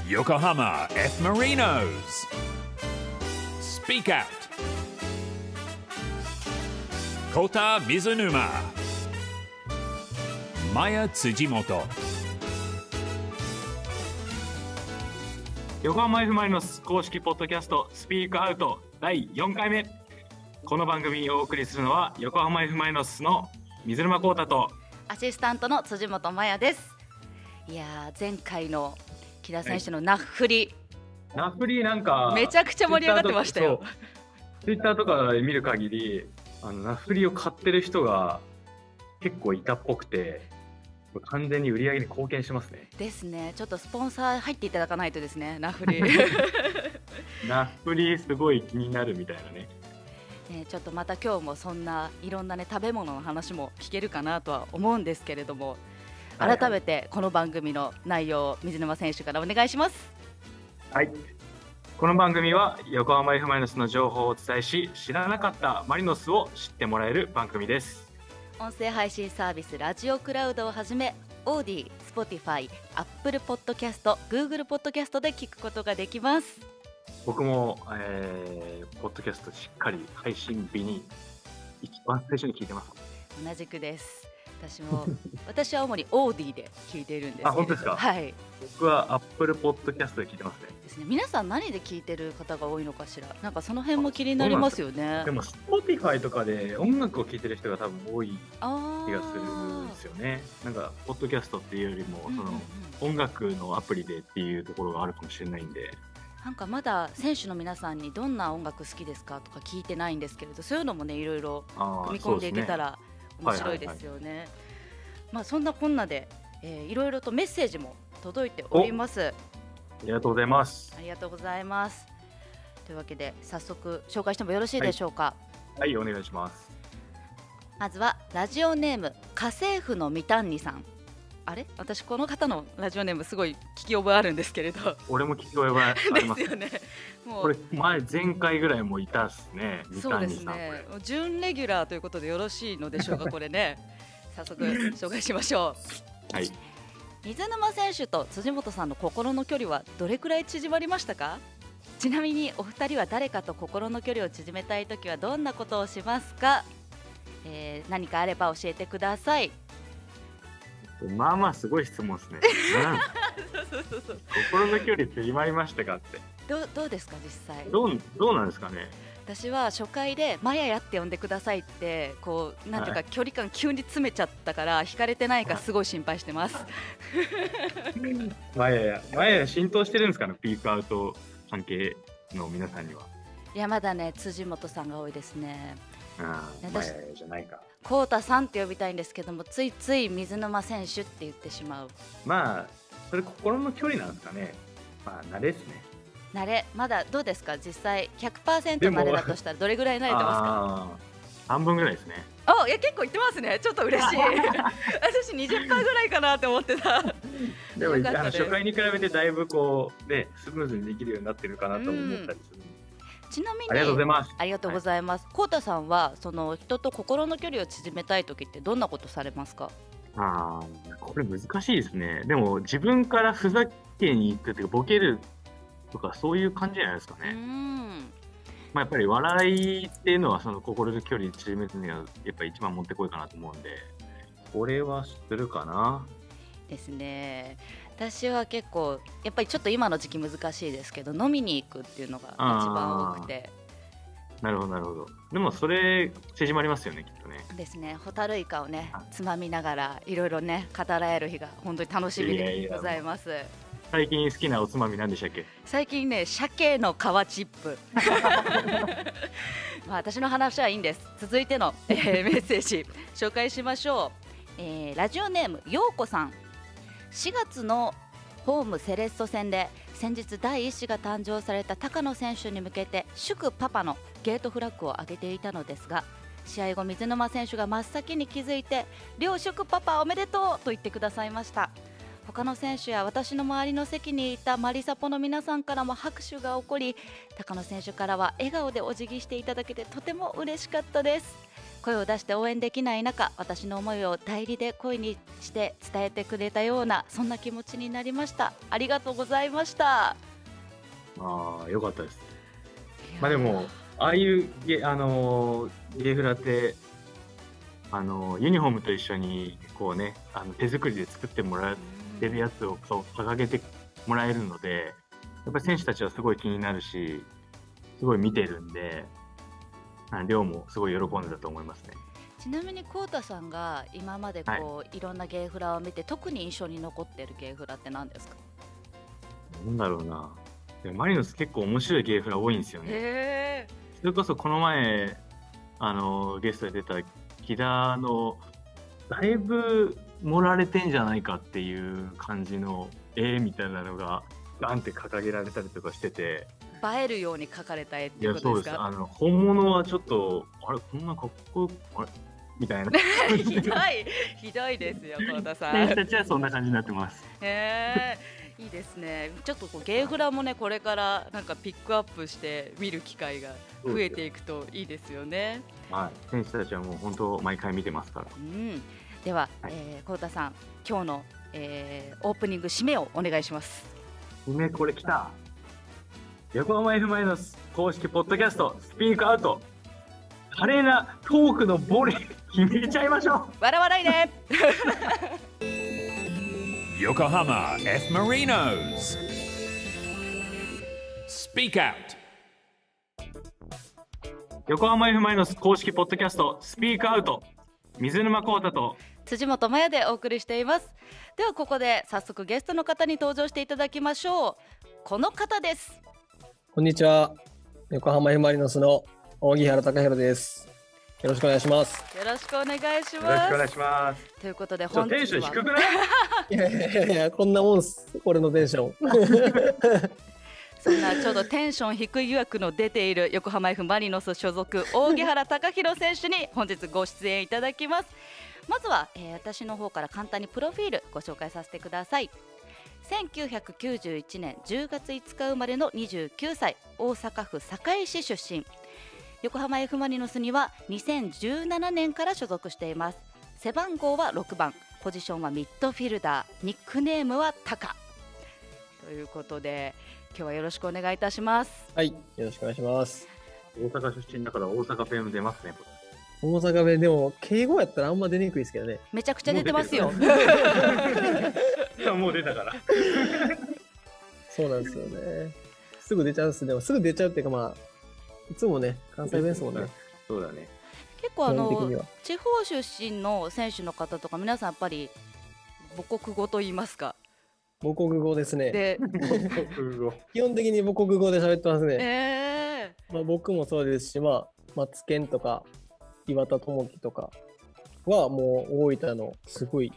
Yokohama F. Marinos. Speak Out. Kota Mizunuma. Maya Tsujimoto。 横浜 F マリノス公式ポッドキャストスピークアウト第4回目。この番組をお送りするのは横浜 F マリノスの水沼宏太とアシスタントの辻本麻也です。いやー、前回の木田選手のナッフリ、 ナッフリなんかめちゃくちゃ盛り上がってましたよ。 ツイッターとかで見る限りナッフリを買ってる人が結構いたっぽくて、完全に売り上げに貢献しますね。 ですね。ちょっとスポンサー入っていただかないとですね、ナッフリナッフリすごい気になるみたいなね。 ちょっとまた今日もそんないろんなね食べ物の話も聞けるかなとは思うんですけれども、改めてこの番組の内容を水沼選手からお願いします。 はい、この番組は横浜 F マリノスの情報をお伝えし、知らなかったマリノスを知ってもらえる番組です。 音声配信サービスラジオクラウドをはじめオーディ、スポティファイ、アップルポッドキャスト、グーグルポッドキャストで聞くことができます。 僕も、ポッドキャストしっかり配信日に一番最初に聞いてます。 同じくです。私は主にオーディで聞いているんですけど。 あ、本当ですか。 はい。 僕はアップルポッドキャストで聞いてますね。 ですね。皆さん何で聞いてる方が多いのかしら。なんかその辺も気になりますよね。 でも Spotify とかで音楽を聴いてる人が多分多い気がするんですよね。なんかポッドキャストっていうよりも、その音楽のアプリでっていうところがあるかもしれないんで。 なんかまだ選手の皆さんにどんな音楽好きですかとか聞いてないんですけれど、そういうのもねいろいろ組み込んでいけたら面白いですよね。まあそんなこんなで、いろいろとメッセージも届いております。 ありがとうございます。 ありがとうございます。というわけで早速紹介してもよろしいでしょうか。 はい、お願いします。 まずはラジオネーム家政婦のみたんにさん。あれ、私この方のラジオネームすごい聞き覚えあるんですけれど。 俺も聞き覚えありますですよね。もうこれ前回ぐらいもいたっすね。 そうですね。準レギュラーということでよろしいのでしょうかこれね。早速紹介しましょう。 はい。 水沼選手と辻本さんの心の距離はどれくらい縮まりましたか？ちなみにお二人は誰かと心の距離を縮めたいときはどんなことをしますか？何かあれば教えてください。 まあまあすごい質問ですね。そう心の距離って決まりましたかって。 どうですか実際。 どうなんですかね。 私は初回でマヤヤって呼んでくださいってこうなんていうか距離感急に詰めちゃったから惹かれてないかすごい心配してます。 マヤヤ浸透してるんですかね、ピークアウト関係の皆さんには。 いやまだね辻本さんが多いですね。 マヤヤじゃないか。 コウタさんって呼びたいんですけども、ついつい水沼選手って言ってしまう。 まあそれ心の距離なんですかね。まあ慣れですね。 慣れ、まだどうですか実際 100% 慣れだとしたらどれぐらい慣れてますか？ 半分ぐらいですね。 いや結構言ってますね。ちょっと嬉しい。私 20% ぐらいかなって思ってた。 でも初回に比べてだいぶこうねスムーズにできるようになってるかなと思ったりする。 ちなみにありがとうございます。 ありがとうございます。コウタさんはその人と心の距離を縮めたい時ってどんなことされますか？ これ難しいですね。でも自分からふざけに行くっていうかボケるとかそういう感じじゃないですかね。やっぱり笑いっていうのはその心の距離縮めるにはやっぱり一番持ってこいかなと思うんで、これはするかな。 ですね。私は結構やっぱりちょっと今の時期難しいですけど飲みに行くっていうのが一番多くて。 なるほどなるほど。でもそれ縮まりますよねきっとね。 ですね。ホタルイカをねつまみながらいろいろね語られる日が本当に楽しみでございます。 最近好きなおつまみなんでしたっけ？ 最近ね鮭の皮チップ。まあ私の話はいいんです。続いての、メッセージ紹介しましょう。ラジオネームようこさん。4月のホームセレッソ戦で先日第1子が誕生された高野選手に向けて祝パパのゲートフラッグを上げていたのですが、試合後水沼選手が真っ先に気づいて両祝パパおめでとうと言ってくださいました。他の選手や私の周りの席にいたマリサポの皆さんからも拍手が起こり、高野選手からは笑顔でお辞儀していただけてとても嬉しかったです。 声を出して応援できない中、私の思いを代理で声にして伝えてくれたような、そんな気持ちになりました。ありがとうございました。 よかったです。でもああいうゲフラってユニフォームと一緒にこうね、手作りで作ってもらってるやつを掲げてもらえるので、やっぱり選手たちはすごい気になるし、すごい見てるんで、亮もすごい喜んでたと思いますね。 ちなみにコウタさんが今までいろんなゲーフラを見て特に印象に残ってるゲーフラって何ですか？ なんだろうな。マリノス結構面白いゲーフラ多いんですよね。それこそこの前ゲストで出た木田のだいぶ盛られてんじゃないかっていう感じの絵みたいなのがガンって掲げられたりとかしてて、 映えるように描かれた絵っていうことですか？ いやそうです。本物はちょっとあれこんなかっこよくあれみたいなひどいですよコウタさん。 選手たちはそんな感じになってます。 いいですね。ちょっとゲーフラもね、これからなんかピックアップして見る機会が増えていくといいですよね。 選手たちはもう本当毎回見てますから。 では、コウタさん、今日の、オープニング締めをお願いします。 締めこれきた。横浜 F マイナス公式ポッドキャストスピークアウト、華麗なトークのボレー決めちゃいましょう。 笑わないで。 Yokohama F Marinos Speak Out。 横浜 F マイナス公式ポッドキャストスピークアウト、水沼宏太と辻本麻也でお送りしています。ではここで早速ゲストの方に登場していただきましょう。この方です。 こんにちは、横浜 F マリノスの扇原貴弘です。よろしくお願いします。 よろしくお願いします。 よろしくお願いします。 ということで本日はテンション低くない？ いやこんなもんす、俺のテンション。 そんなちょうどテンション低い疑惑の出ている横浜 F マリノス所属扇原貴弘選手に本日ご出演いただきます。まずは、私の方から簡単にプロフィールご紹介させてください。1991年10月5日生まれの29歳、大阪府堺市出身。横浜 F マリノスには2017年から所属しています。背番号は6番、ポジションはミッドフィルダー、ニックネームはタカということで、今日はよろしくお願いいたします。 はい、よろしくお願いします。 大阪出身だから大阪弁出ますね。 大阪弁でも敬語やったらあんま出にくいですけどね。 めちゃくちゃ出てますよ。 もう出たからそうなんですよね。すぐ出ちゃうんです。でもすぐ出ちゃうっていうか、いつもね、関西弁ですもんね。 そうだね。 結構地方出身の選手の方とか皆さんやっぱり母国語と言いますか。 母国語ですね。 で基本的に母国語で喋ってますね。僕もそうですし、松健とか岩田智樹とかはもう大分のすごい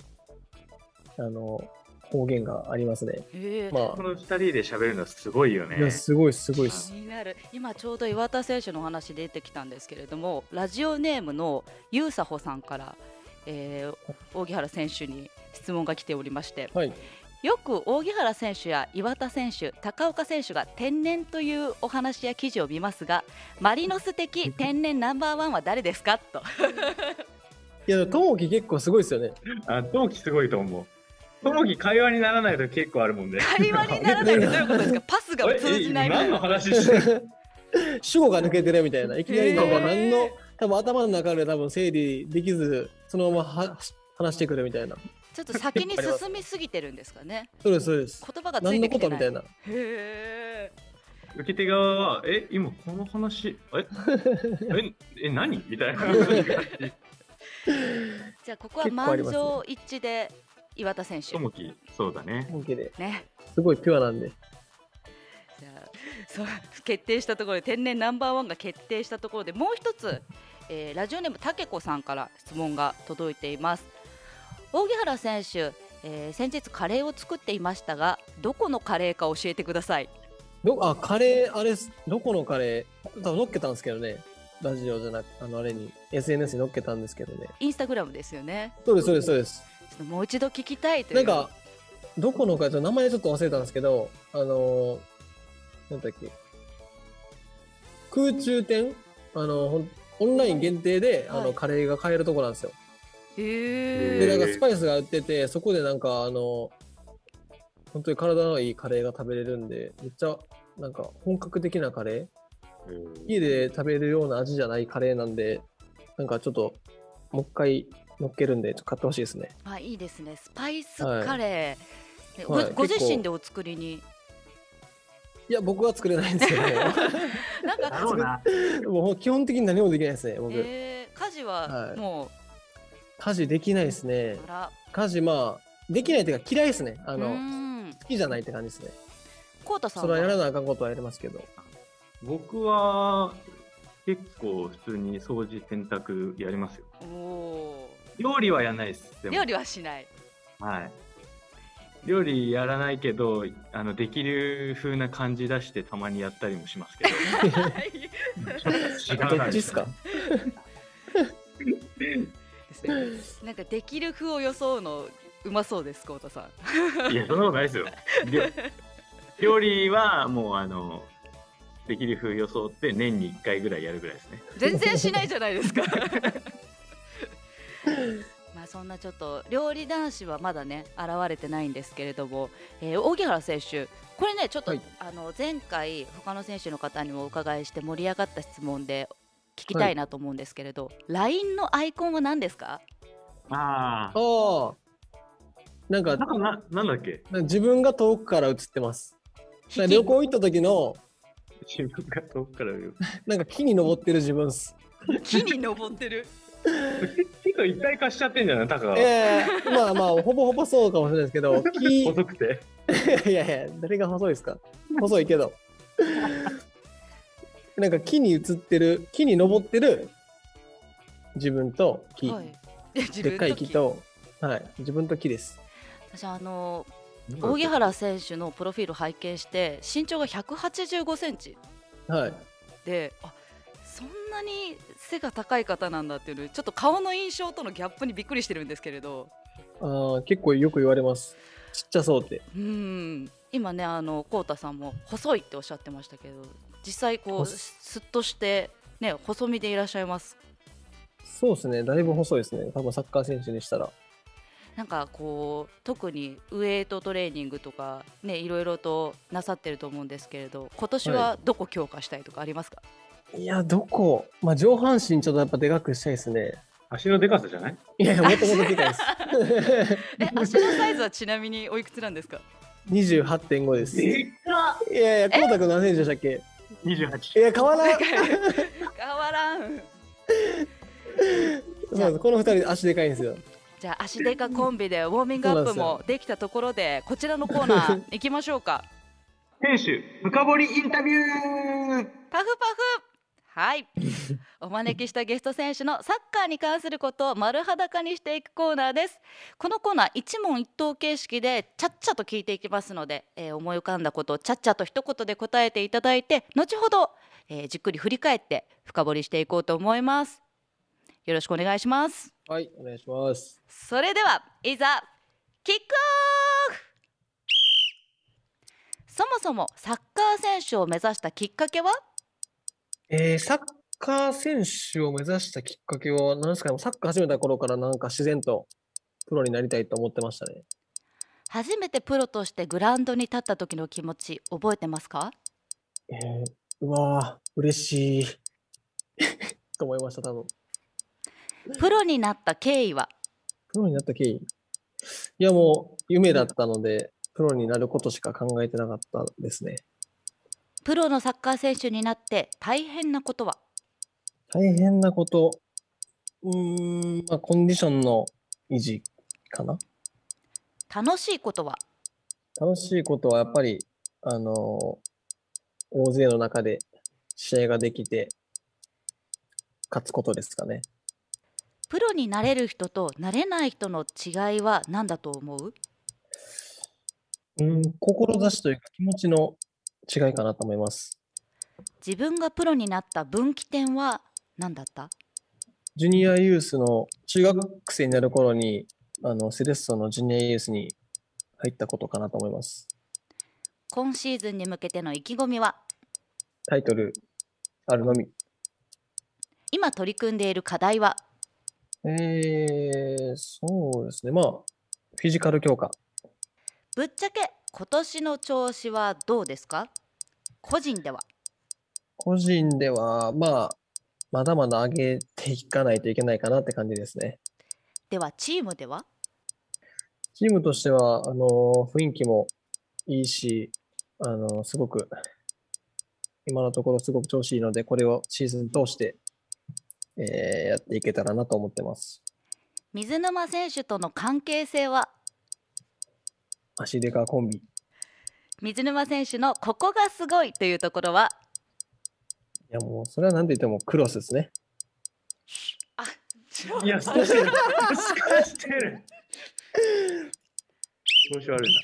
方言がありますね。 この2人で喋るのすごいよね。 いやすごいすごいです。 気になる。今ちょうど岩田選手の話出てきたんですけれども、ラジオネームのゆうさほさんから、扇原選手に質問が来ておりまして、よく扇原選手や岩田選手、高岡選手が天然というお話や記事を見ますが、マリノス的天然ナンバーワンは誰ですかと。 いや友樹結構すごいですよね。 友樹すごいと思う。友樹会話にならないと結構あるもんね。 会話にならないってどういうことですか？パスが通じないみたいな。 何の話してる？ 主語が抜けてるみたいな。いきなり何の多分頭の中で多分整理できずそのまま話してくるみたいな。 ちょっと先に進みすぎてるんですかね。 そうですそうです。 言葉がついてきてない。 何のことみたいな。 受け手側は今この話何みたいな。 じゃあここは満場一致で岩田選手。 友樹、そうだね。 友樹でね。 すごいピュアなんで。 じゃあそう決定したところで天然ナンバーワンが決定したところで、もう一つ、ラジオネームたけこさんから質問が届いています。扇原選手、先日カレーを作っていましたが、どこのカレーか教えてください。 カレーあれどこのカレー多分乗っけたんですけどね。ラジオじゃなくあれに SNS に載っけたんですけどね。 インスタグラムですよね。 そうですそうですそうです。 もう一度聞きたいという。 なんかどこのか名前ちょっと忘れたんですけど、なんだっけ、空中店オンライン限定ではいカレーが買えるとこなんですよ。 へで、なんえ。 かスパイスが売ってて、そこでなんか本当に体のいいカレーが食べれるんで、めっちゃなんか本格的なカレー、家で食べるような味じゃないカレーなんで、なんかちょっともう一回乗っけるんで、ちょっと買ってほしいですね。 あ、いいですね。スパイスカレー。 はいご自結構身でお作りに。 いや、僕は作れないんですけど、 なんだか、 ろうな。 もう基本的に何もできないですね、僕。 家事ははいもう、 家事できないですね。 あら、 家事、まあ、できないっていうか嫌いですね。 好好きじゃないって感じですね。 こうたさんそれはやらは。 なあかんことはやりますけど。 僕は結構普通に掃除洗濯やりますよ。 おお料理はやらないです。でー。 も料理はしない。 はい。料理やらないけど、できる風な感じ出してたまにやったりもしますけど。違うなどっちっすか？ ですね。なんかできる風を装うのうまそうです、こうたさん。 いや、そんなことないですよ。料理はもうできる風装って年に1回ぐらいやるぐらいですね。 全然しないじゃないですか。まあそんなちょっと料理男子はまだね現れてないんですけれども、荻原選手、これねちょっと、 はい前回他の選手の方にもお伺いして盛り上がった質問で聞きたいなと思うんですけれど、LINE のアイコンは何ですか？ ああ。 ああ。なんかなんだっけ？ 自分が遠くから映ってます。なんか旅行行った時の、 自分が遠くから見る。 なんか木に登ってる自分っす。 木に登ってる。 結構一体化しちゃってんじゃない？タカ。 まあまあ、ほぼほぼそうかもしれないですけど、 細くて。 いやいや、誰が細いですか？細いけど。なんか木に映ってる、木に登ってる自分と木、 はい。 でっかい木と、はい、自分と木です。 私荻原選手のプロフィール拝見して身長が185センチはい。 で、そんなに背が高い方なんだっていうので、ちょっと顔の印象とのギャップにびっくりしてるんですけれど、 結構よく言われます。ちっちゃそうって。 今ねこうたさんも細いっておっしゃってましたけど、実際こうスッとしてね細身でいらっしゃいます。 そうですね、だいぶ細いですね。多分サッカー選手にしたら。 なんかこう特にウエイトトレーニングとかねいろいろとなさってると思うんですけれど、今年はどこ強化したいとかありますか？ いや、どこ、まあ、上半身ちょっとやっぱでかくしたいですね。 足のでかさじゃない？ いやいや、もともとでかいです。 足のサイズはちなみにおいくつなんですか 28.5 です。 でかいやいや、こうたくん何センチでしたっけ？ 28。 いや、変わらん。 変わらん。 そうです、この2人足でかいんですよ。 じゃあ足でかコンビでウォーミングアップもできたところで、こちらのコーナー行きましょうか。 選手深掘りインタビュー。 パフパフ。はいお招きしたゲスト選手のサッカーに関することを丸裸にしていくコーナーです。このコーナー一問一答形式でちゃっちゃと聞いていきますので、思い浮かんだことをちゃっちゃと一言で答えていただいて、後ほど、じっくり振り返って深掘りしていこうと思います。よろしくお願いします。 はい、お願いします。 それではいざキックオフ。そもそもサッカー選手を目指したきっかけは？ サッカー選手を目指したきっかけは何ですかね。サッカー始めた頃からなんか自然とプロになりたいと思ってましたね。 初めてプロとしてグラウンドに立った時の気持ち覚えてますか？ うわー、嬉しいと思いました、多分。 プロになった経緯は？ プロになった経緯。いや、もう夢だったので、プロになることしか考えてなかったですね。 プロのサッカー選手になって大変なことは？ 大変なこと、まあ、コンディションの維持かな。 楽しいことは？ 楽しいことはやっぱり、大勢の中で試合ができて、勝つことですかね。 プロになれる人となれない人の違いは何だと思う？ 志というか気持ちの違いかなと思います。 自分がプロになった分岐点は何だった？ ジュニアユースの中学生になる頃に、セレッソのジュニアユースに入ったことかなと思います。 今シーズンに向けての意気込みは？ タイトルあるのみ。 今取り組んでいる課題は？ そうですね。まあ、フィジカル強化。 ぶっちゃけ今年の調子はどうですか？個人では。 個人では、まあ、まだまだ上げていかないといけないかなって感じですね。 ではチームでは？ チームとしては、雰囲気もいいし、すごく、今のところすごく調子いいので、これをシーズン通して、やっていけたらなと思ってます。 水沼選手との関係性は？ 足デカコンビ。 水沼選手のここがすごいというところは？ いやもう、それは何と言ってもクロスですね。 いや、少ししてる。してる。調子悪いな。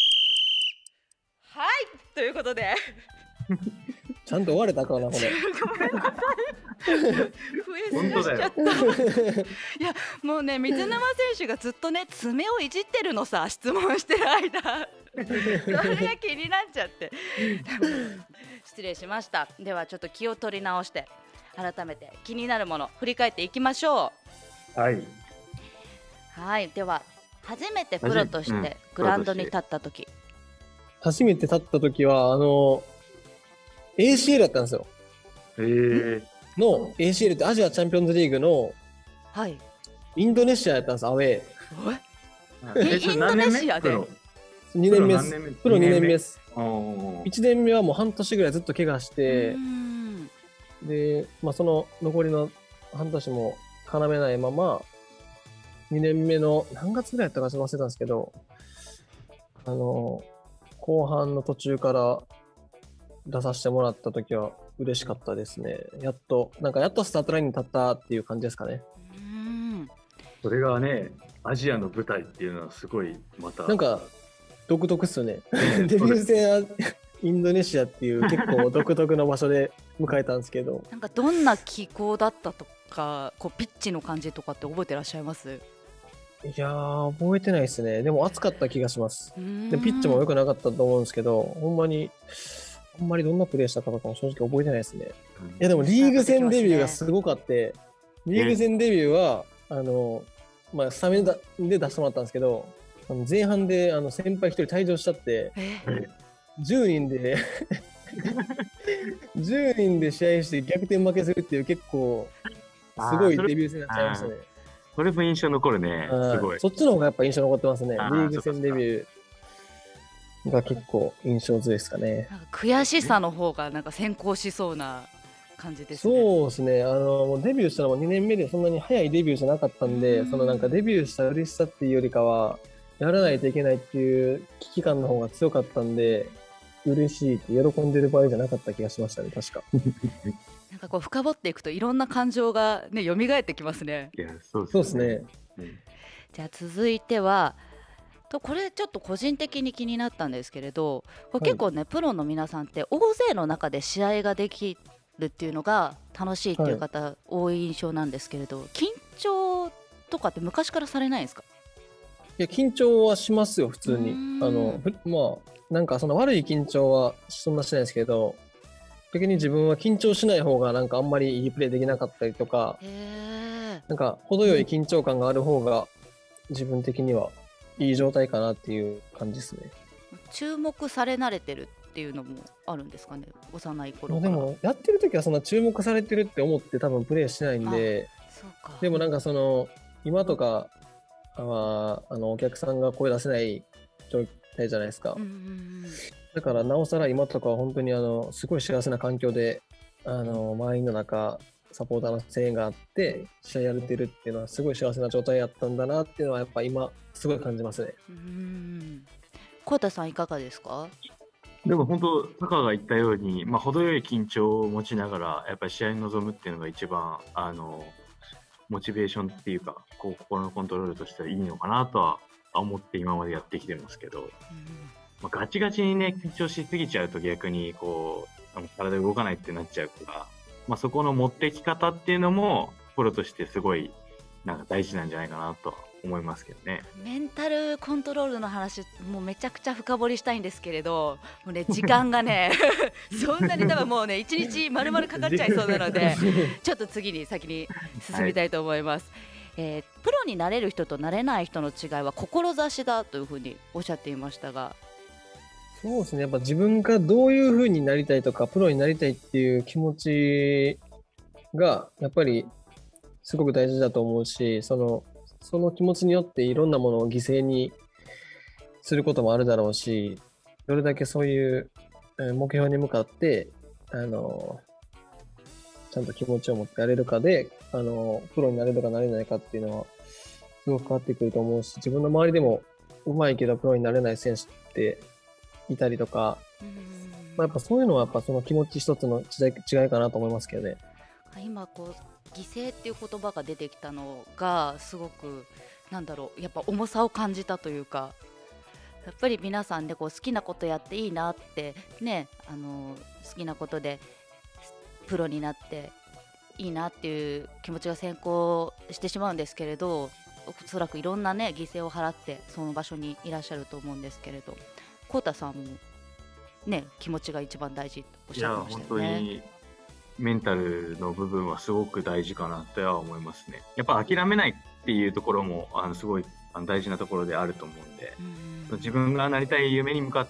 はい、ということでちゃんと終われたかな、これ。 ごめんなさい。 本当だよ。 いや、もうね、水沼選手がずっとね、爪をいじってるのさ、質問してる間。それが気になっちゃって。失礼しました。では、ちょっと気を取り直して、改めて気になるもの、振り返っていきましょう。はい。 はい、では、初めてプロとしてグラウンドに立った時。 初めて立った時は、ACL だったんですよ。の ACL ってアジアチャンピオンズリーグの、 はい、 インドネシアやったんです、アウェー。 インドネシアで 2年目です。プロ2年目です。1年目はもう半年ぐらいずっと怪我して、で、まあ、その残りの半年も絡めないまま、2年目の何月ぐらいやったか忘れたんですけど、後半の途中から出させてもらった時は嬉しかったですね。やっとスタートラインに立ったっていう感じですかね。 それがね、アジアの舞台っていうのはすごいまたなんか独特っすよね。デビュー戦はインドネシアっていう結構独特の場所で迎えたんですけど、 なんかどんな気候だったとか、こうピッチの感じとかって覚えてらっしゃいます？ いやー、覚えてないですね。でも暑かった気がします。でピッチも良くなかったと思うんですけど、ほんまにあんまりどんなプレーしたかとかも正直覚えてないですね。いやでもリーグ戦デビューがすごかって、リーグ戦デビューはまあ、スタメンで出してもらったんですけど、前半で先輩一人退場しちゃって、10人で10人で試合して逆転負けするっていう結構すごいデビュー戦になっちゃいましたね。 それも印象残るね。すごい。 そっちの方がやっぱ印象残ってますね。リーグ戦デビューが結構印象強いですかね。 なんか悔しさの方がなんか先行しそうな感じですね。 そうですね。デビューしたのも2年目でそんなに早いデビューじゃなかったんで、そのなんかデビューした嬉しさっていうよりかは、やらないといけないっていう危機感の方が強かったんで、嬉しいって喜んでる場合じゃなかった気がしましたね、確か。 なんかこう深掘っていくといろんな感情がね蘇ってきますね。 いや、そうですね。 じゃあ続いてはこれちょっと個人的に気になったんですけれど、これ結構ね、プロの皆さんって大勢の中で試合ができるっていうのが楽しいっていう方多い印象なんですけれど、緊張とかって昔からされないんですか？ いや、緊張はしますよ、普通に。まあなんかその悪い緊張はそんなしないですけど、逆に自分は緊張しない方がなんかあんまりいいプレーできなかったりとか、なんか程よい緊張感がある方が自分的にはいい状態かなっていう感じですね。 注目され慣れてるっていうのもあるんですかね、幼い頃から。 でもやってる時はそんな注目されてるって思って多分プレーしてないんで、 そうか。 でもなんかその今とかはお客さんが声出せない状態じゃないですか。だからなおさら今とかは本当にすごい幸せな環境で満員の中サポーターの声援があって試合やれてるっていうのはすごい幸せな状態やったんだなっていうのはやっぱ今すごい感じますね。 浩太さんいかがですか？ でも本当タカが言ったように、程よい緊張を持ちながらやっぱり試合に臨むっていうのが一番モチベーションっていうか心のコントロールとしてはいいのかなとは思って今までやってきてますけど、ガチガチにね緊張しすぎちゃうと逆に体動かないってなっちゃうから、そこの持ってき方っていうのもプロとしてすごいなんか大事なんじゃないかなと思いますけどね。 メンタルコントロールの話もうめちゃくちゃ深掘りしたいんですけれど、もうね時間がねそんなに多分もうね1日丸々かかっちゃいそうなのでちょっと次に先に進みたいと思います。プロになれる人となれない人の違いは志だというふうにおっしゃっていましたが。 そうですね、やっぱ自分がどういう風になりたいとかプロになりたいっていう気持ちがやっぱりすごく大事だと思うし、その気持ちによっていろんなものを犠牲にすることもあるだろうし、どれだけそういう目標に向かってちゃんと気持ちを持ってやれるかでプロになれるかなれないかっていうのはすごく変わってくると思うし、自分の周りでもうまいけどプロになれない選手っていたりとか、やっぱそういうのはやっぱその気持ち一つの違いかなと思いますけどね。 今こう犠牲っていう言葉が出てきたのがすごくなんだろう、やっぱ重さを感じたというか、やっぱり皆さんでこう好きなことやっていいなってね、好きなことでプロになっていいなっていう気持ちが先行してしまうんですけれど、おそらくいろんなね犠牲を払ってその場所にいらっしゃると思うんですけれど、コウタさんもね気持ちが一番大事とおっしゃってましたよね。 いや本当にメンタルの部分はすごく大事かなとは思いますね。やっぱ諦めないっていうところもすごい大事なところであると思うんで、自分がなりたい夢に向かって、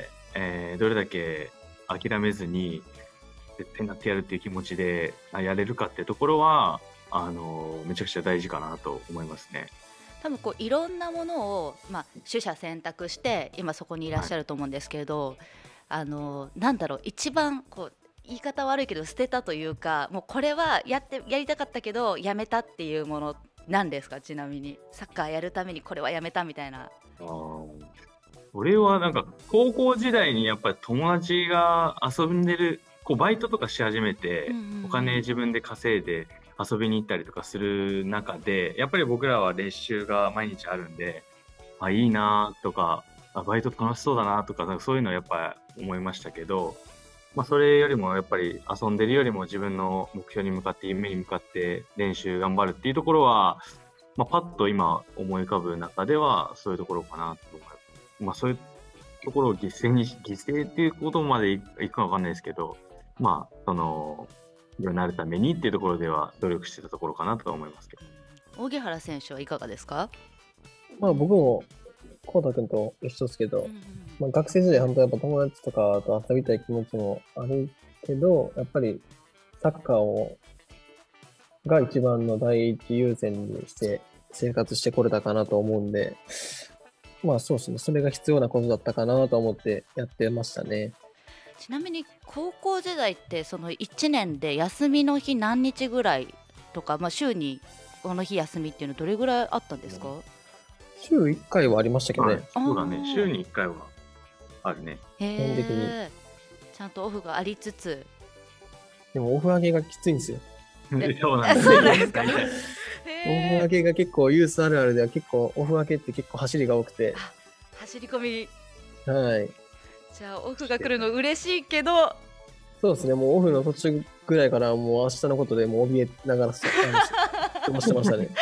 どれだけ諦めずに絶対なってやるっていう気持ちでやれるかっていうところはめちゃくちゃ大事かなと思いますね。 多分こういろんなものを、取捨選択して今そこにいらっしゃると思うんですけれど、なんだろう、一番こう言い方悪いけど捨てたというか、もうこれはやりたかったけどやめたっていうものなんですか？ちなみにサッカーやるためにこれはやめたみたいな。 俺はなんか高校時代にやっぱり友達が遊んでるバイトとかし始めて、お金自分で稼いで遊びに行ったりとかする中で、やっぱり僕らは練習が毎日あるんで、いいなとかバイト楽しそうだなとか、そういうのやっぱ思いましたけど、それよりもやっぱり遊んでるよりも自分の目標に向かって夢に向かって練習頑張るっていうところは、パッと今思い浮かぶ中ではそういうところかなと思います。そういうところを犠牲っていうことまでいくかわかんないですけど、そのようになるためにっていうところでは努力してたところかなとは思いますけど。 荻原選手はいかがですか？ 僕もコウタ君と一緒ですけど、学生時代本当やっぱ友達とかと遊びたい気持ちもあるけど、やっぱりサッカーが一番の第一優先にして生活してこれたかなと思うんで、そうですね、それが必要なことだったかなと思ってやってましたね。 ちなみに高校時代ってその1年で休みの日何日ぐらいとか、週にこの日休みっていうのどれぐらいあったんですか？ 週1回はありましたけどね。 そうだね、週に1回はあるね。 基本的にちゃんとオフがありつつ。 でもオフ上げがきついんですよ。 そうなんですか。 オフ明けが結構ユースあるあるでは結構オフ明けって結構走りが多くて、 走り込み。 はい。 じゃあオフが来るの嬉しいけど、 そうですね、もうオフの途中ぐらいからもう明日のことでもう怯えながら過ごしてましたね。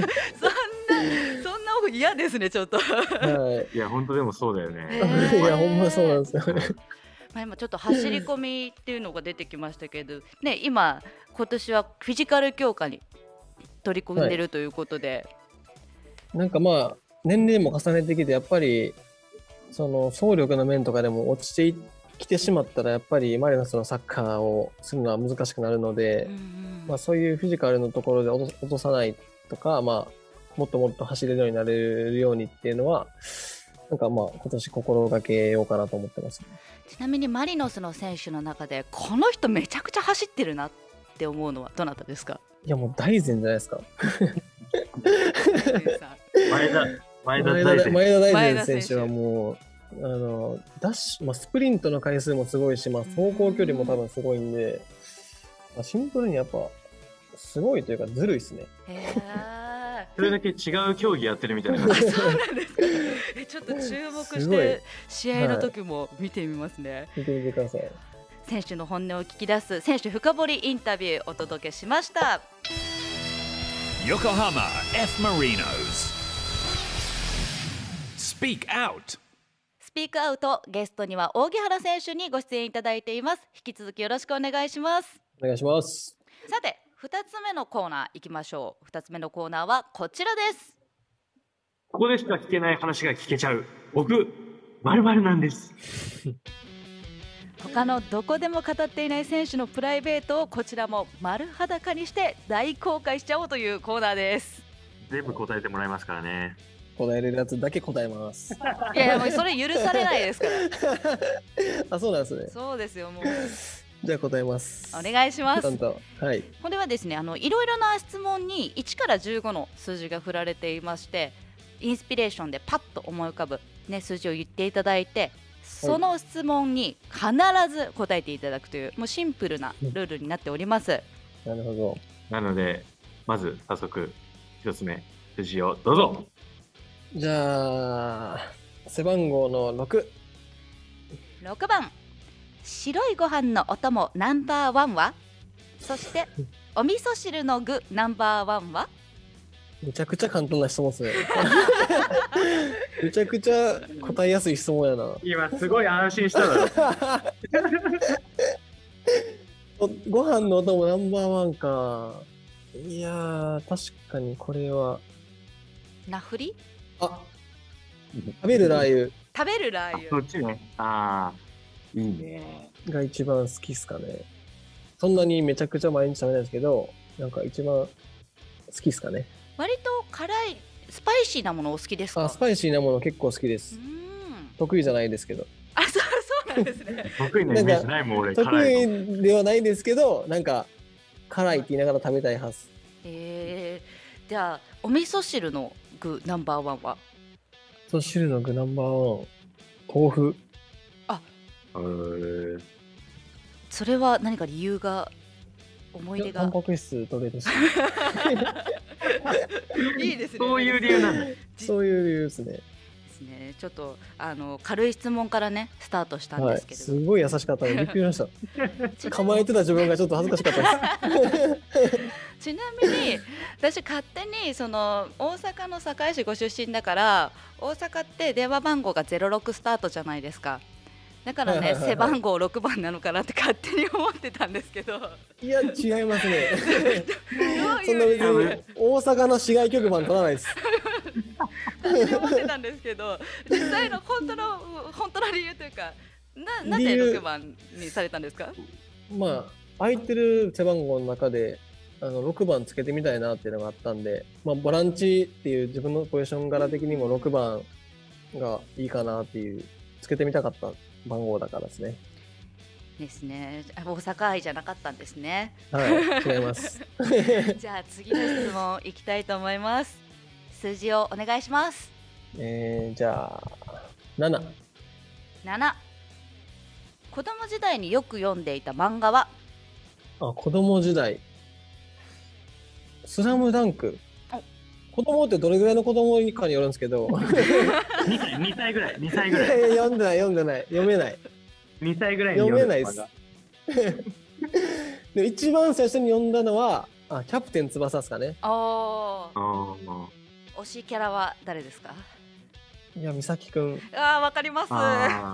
そんなオフ嫌ですねちょっと。 はい。 いや本当でもそうだよね。 いやほんまそうなんですよ。 今ちょっと走り込みっていうのが出てきましたけど、ね、今年はフィジカル強化に取り組んでるということで、 なんか年齢も重ねてきてやっぱりその走力の面とかでも落ちてきてしまったらやっぱりマリノスのサッカーをするのは難しくなるので、そういうフィジカルのところで落とさないとか、もっともっと走れるようになれるようにっていうのはなんか今年心がけようかなと思ってます、ね。 ちなみにマリノスの選手の中でこの人めちゃくちゃ走ってるなって思うのはどなたですか？ いやもう大然じゃないですか。前田大然選手はもうダッシュ、スプリントの回数もすごいし、走行距離も多分すごいんで、シンプルにやっぱすごいというかずるいですね。 それだけ違う競技やってるみたいな。そうなんですか。 ちょっと注目して試合の時も見てみますね。 見てみてください。 選手の本音を聞き出す選手深掘りインタビューお届けしました。 Yokohama F Marinos Speak Out. スピークアウト、ゲストには扇原選手にご出演いただいています。引き続きよろしくお願いします。 お願いします。 さて、2つ目のコーナー行きましょう。2つ目のコーナーはこちらです。 ここでしか聞けない話が聞けちゃう。僕、〇〇なんです。 他のどこでも語っていない選手のプライベートをこちらも丸裸にして大公開しちゃおうというコーナーです。 全部答えてもらいますからね。 答えれるやつだけ答えます。 いやいや、もうそれ許されないですから。 あ、そうなんですね。 そうですよ、もう。 じゃあ答えます。 お願いします。 はい。 これはですね、いろいろな質問に1から15の数字が振られていまして、インスピレーションでパッと思い浮かぶ、ね、数字を言っていただいて、その質問に必ず答えていただくという、もうシンプルなルールになっております。 なるほど。 なのでまず早速1つ目、数字をどうぞ。 じゃあ背番号の6 番、白いご飯のお供ナンバーワンは？そしてお味噌汁の具ナンバーワンは？ めちゃくちゃ簡単な質問ですね。めちゃくちゃ答えやすい質問やな。 今すごい安心しただろ。 ご飯のお供ナンバーワンか。いやー、確かにこれはナフリ？ あ、食べるラー油。 食べるラー油。 そっちね。ああ、いいね。 が一番好きっすかね。そんなにめちゃくちゃ毎日食べないですけど、なんか一番好きっすかね。 割と辛いスパイシーなものお好きですか？ あ、スパイシーなもの結構好きです。得意じゃないですけど。 あ、そうなんですね。 得意なイメージないもん俺。 得意ではないですけど、なんか辛いって言いながら食べたいはず。 じゃあお味噌汁の具ナンバーワンは？ 味噌汁の具ナンバーワン、豆腐。 あ、それは何か理由が、思い出が？ タンパク質取れるし。 いいですね。 そういう理由なんだ。 そういう理由ですね。 ちょっと軽い質問からねスタートしたんですけど、 すごい優しかったのでびっくりしました。構えてた自分がちょっと恥ずかしかったです。 ちなみに私勝手にその大阪の堺市ご出身だから、大阪って電話番号が06スタートじゃないですか。だからね、背番号6番なのかなって勝手に思ってたんですけど。 いや違いますね。そんな別に大阪の市外局番取らないです。 勝手に思ってたんですけど、実際の本当の理由というか、なぜ6番にされたんですか？ まあ空いてる背番号の中で6番つけてみたいなっていうのがあったんで、まあ、ボランチっていう自分のポジション柄的にも6番がいいかなっていう、つけてみたかった番号だからですね。 ですね。大阪愛じゃなかったんですね。 はい、違います。 じゃあ次の質問いきたいと思います。数字をお願いします。 じゃあ7。 子供時代によく読んでいた漫画は？ 子供時代、スラムダンク。子供ってどれぐらいの子供かによるんですけど。 2歳ぐらい。 読んでない。読めない。 2歳ぐらいに読めないです。で一番最初に読んだのはキャプテン翼ですかね。 推しキャラは誰ですか？ いや、美咲くん。 わかります。ゴ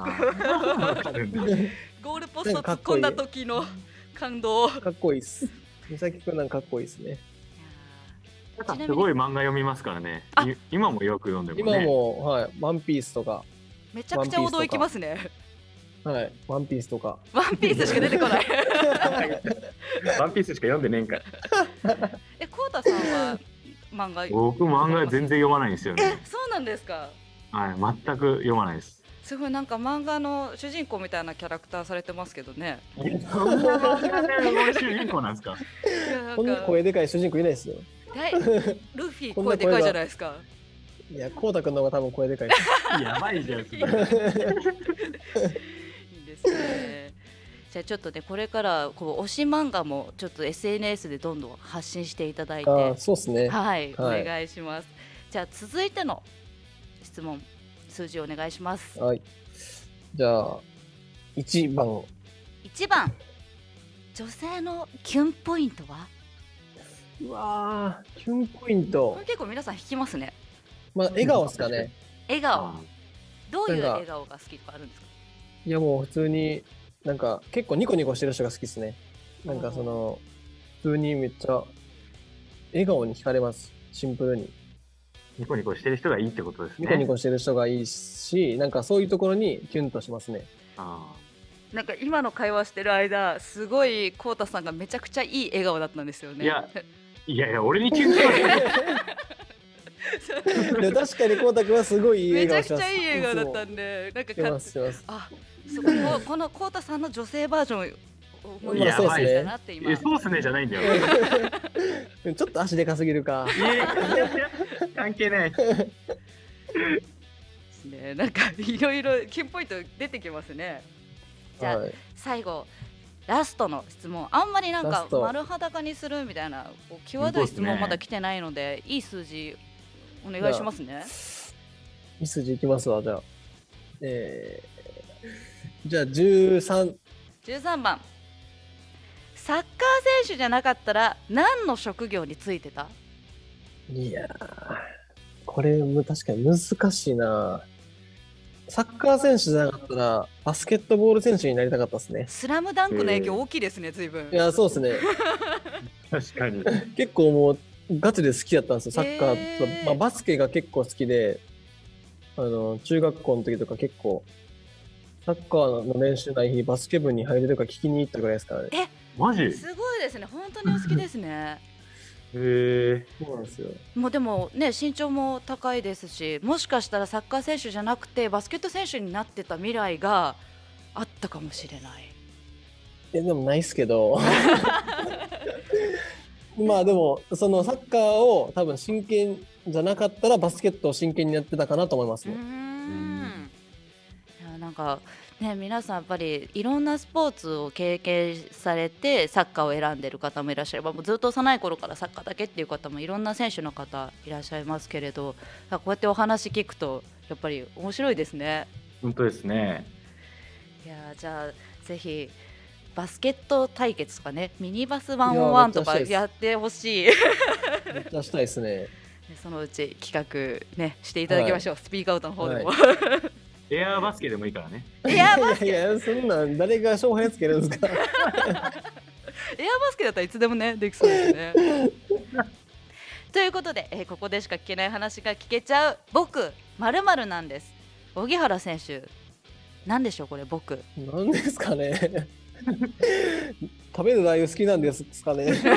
ールポスト突っ込んだ時の感動。 かっこいいっす。美咲くんなんかかっこいいっすね。 すごい漫画読みますからね。今もよく読んでもね。 今も、はい、ワンピースとか。 めちゃくちゃ王道いきますね。 はい、ワンピースとか。 ワンピースしか出てこない。 ワンピースしか読んでねえんかい。 コウタさんは漫画？ 僕漫画全然読まないんですよね。 そうなんですか。 はい、全く読まないです。 すごいなんか漫画の主人公みたいなキャラクターされてますけどね。 そんな漫画で主人公なんですか？ こんな声でかい主人公いないですよ。 ルフィ声でかいじゃないですか。 いや、コウタくんの方が多分声でかい。 やばいじゃん。いいですね。じゃあちょっとね、これから推し漫画もちょっと SNS でどんどん発信していただいて。 そうですね。 はい、お願いします。じゃあ続いての質問、数字お願いします。 はい。じゃあ1番。 女性のキュンポイントは？ うわー、キュンポイント。 結構皆さん引きますね。 まあ笑顔ですかね。 笑顔。 どういう笑顔が好きとかあるんですか？ いやもう普通になんか結構ニコニコしてる人が好きですね。なんかその普通にめっちゃ笑顔に惹かれます。シンプルにニコニコしてる人がいいってことですね。 ニコニコしてる人がいいし、なんかそういうところにキュンとしますね。 なんか今の会話してる間すごいコウタさんがめちゃくちゃいい笑顔だったんですよね。 いや俺にキュンとで確かにコウタ君はすごいいい笑顔します。 めちゃくちゃいい笑顔だったんで、なんかこのコウタさんの女性バージョンを思い出したなって今。 そうっすねじゃないんだよ。 ちょっと足でかすぎるか。 関係ない。 ね、なんかいろいろキュンポイント出てきますね。じゃあ、最後ラストの質問。あんまりなんか丸裸にするみたいな際どい質問まだ来てないので、いい数字お願いしますね。 いい数字いきますわ。じゃあじゃあ13 番。サッカー選手じゃなかったら何の職業に就いてた？ いやこれ確かに難しいな。サッカー選手じゃなかったらバスケットボール選手になりたかったですね。 スラムダンクの影響大きいですね、随分。 いやそうですね。 確かに。 結構もうガチで好きだったんですよ、サッカーと、バスケが結構好きで、中学校の時とか結構サッカーの練習ない日バスケ部に入れるか聞きに行ったぐらいですからね。 マジ？ すごいですね、本当にお好きですね。 そうなんですよ。 もうでもね、身長も高いですし、もしかしたらサッカー選手じゃなくてバスケット選手になってた未来があったかもしれない。 でもないっすけどまあでもそのサッカーを多分真剣じゃなかったらバスケットを真剣にやってたかなと思いますね。 いやなんかね、皆さんやっぱりいろんなスポーツを経験されてサッカーを選んでる方もいらっしゃれば、もうずっと幼い頃からサッカーだけっていう方もいろんな選手の方いらっしゃいますけれど、こうやってお話聞くとやっぱり面白いですね。 本当ですね。 いやじゃあぜひバスケット対決とかね、ミニバス101とかやってほしい。 めっちゃしたいですね。 そのうち企画ねしていただきましょう、スピークアウトの方でも。 エアーバスケでもいいからね。 エアーバスケ。 いやそんなん誰が勝敗つけるんですか。 エアーバスケだったらいつでもねできそうですね。ということで、ここでしか聞けない話が聞けちゃう僕〇〇なんです。荻原選手、なんでしょうこれ僕。 なんですかね。食べる内容好きなんですかね。 食べる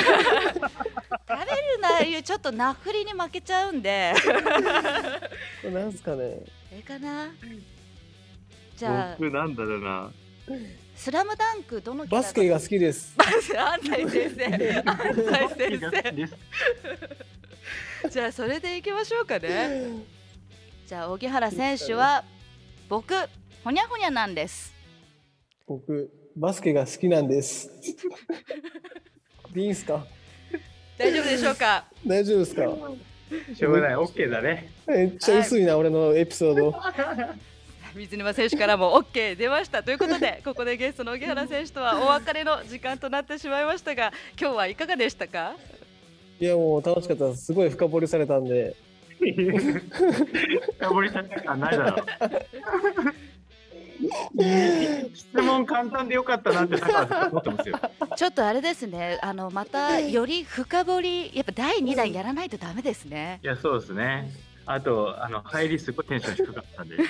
内容ちょっとナフリに負けちゃうんで。 なんですかね。 かな。じゃあ僕なんだろうな。 スラムダンクどのバスケが好きです。 安西先生。安西先生。じゃあそれでいきましょうかね。じゃあ荻原選手は僕ほにゃほにゃなんです。 僕バスケが好きなんです。いいんすか。 大丈夫でしょうか。 大丈夫ですか。 しょうがない、OK だね。 めっちゃ薄いな、俺のエピソード。 水沼選手からも OK 出ましたということで、ここでゲストの荻原選手とはお別れの時間となってしまいましたが、今日はいかがでしたか。 いやもう楽しかったです。すごい深掘りされたんで。 深掘りされた感ないだろう。質問簡単でよかったなって思ってますよ。 ちょっとあれですね、またより深掘りやっぱ第2弾やらないとダメですね。 いやそうですね。あと入りすごいテンション低かったんで。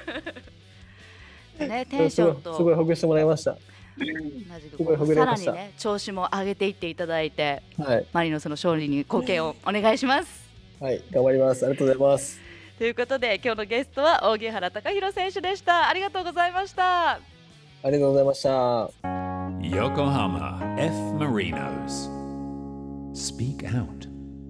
ね、テンションとすごいほぐしてもらいました。 さらにね調子も上げていっていただいて、 はい、 マリノスの勝利に貢献をお願いします。 はい、頑張ります。ありがとうございます。 ということで今日のゲストは荻原貴弘選手でした。ありがとうございました。 ありがとうございました。 Yokohama F Marinos Speak Out。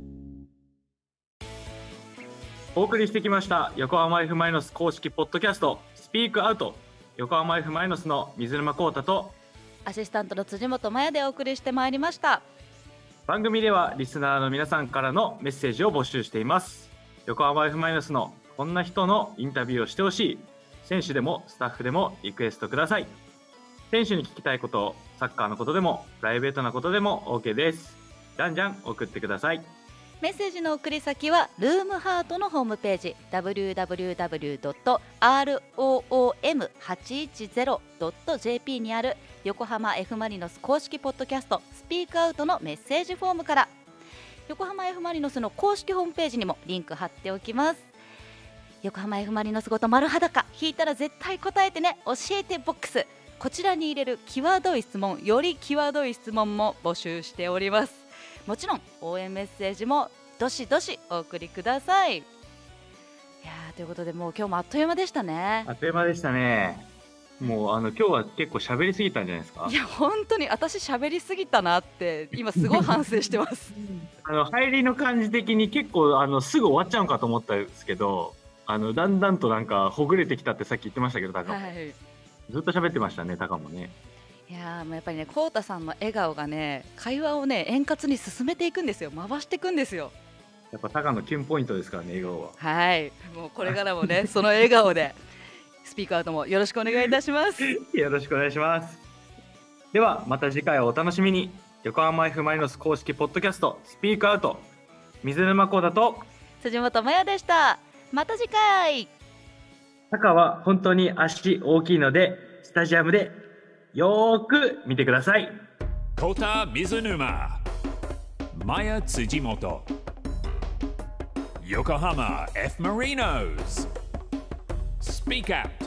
お送りしてきました横浜 F マリノス公式ポッドキャストスピークアウト。横浜 F マリノスの水沼宏太とアシスタントの辻本麻也でお送りしてまいりました。 番組ではリスナーの皆さんからのメッセージを募集しています。横浜 F マリノスのこんな人のインタビューをしてほしい、選手でもスタッフでもリクエストください。選手に聞きたいこと、サッカーのことでもプライベートなことでも OK です。じゃんじゃん送ってください。 メッセージの送り先はルームハートのホームページ www.room810.jp にある横浜 F マリノス公式ポッドキャストスピークアウトのメッセージフォームから、横浜 F マリノスの公式ホームページにもリンク貼っておきます。横浜 F マリノスごと丸裸、引いたら絶対答えてね、教えてボックス、こちらに入れる際どい質問、より際どい質問も募集しております。もちろん応援メッセージもどしどしお送りください。いやということで、もう今日もあっという間でしたね。 あっという間でしたね。もう今日は結構喋りすぎたんじゃないですか。 いや本当に私喋りすぎたなって今すごい反省してます入りの感じ的に結構すぐ終わっちゃうかと思ったんですけど、だんだんとなんかほぐれてきたってさっき言ってましたけど、タカも、はい、ずっと喋ってましたね、タカもね。 いやもうやっぱりね、コウタさんの笑顔がね、会話をね円滑に進めていくんですよ、回していくんですよ。 やっぱタカのキュンポイントですからね、笑顔は。 はい、もうこれからもねその笑顔でスピークアウトもよろしくお願いいたしますよろしくお願いします。ではまた次回をお楽しみに。横浜 F マリノス公式ポッドキャストスピークアウト、水沼宏太と辻本麻也でした。また次回。 タカは本当に足大きいのでスタジアムでよーく見てください。 コウタ、水沼、麻也、辻本、横浜 F マリノス、スピークアウト。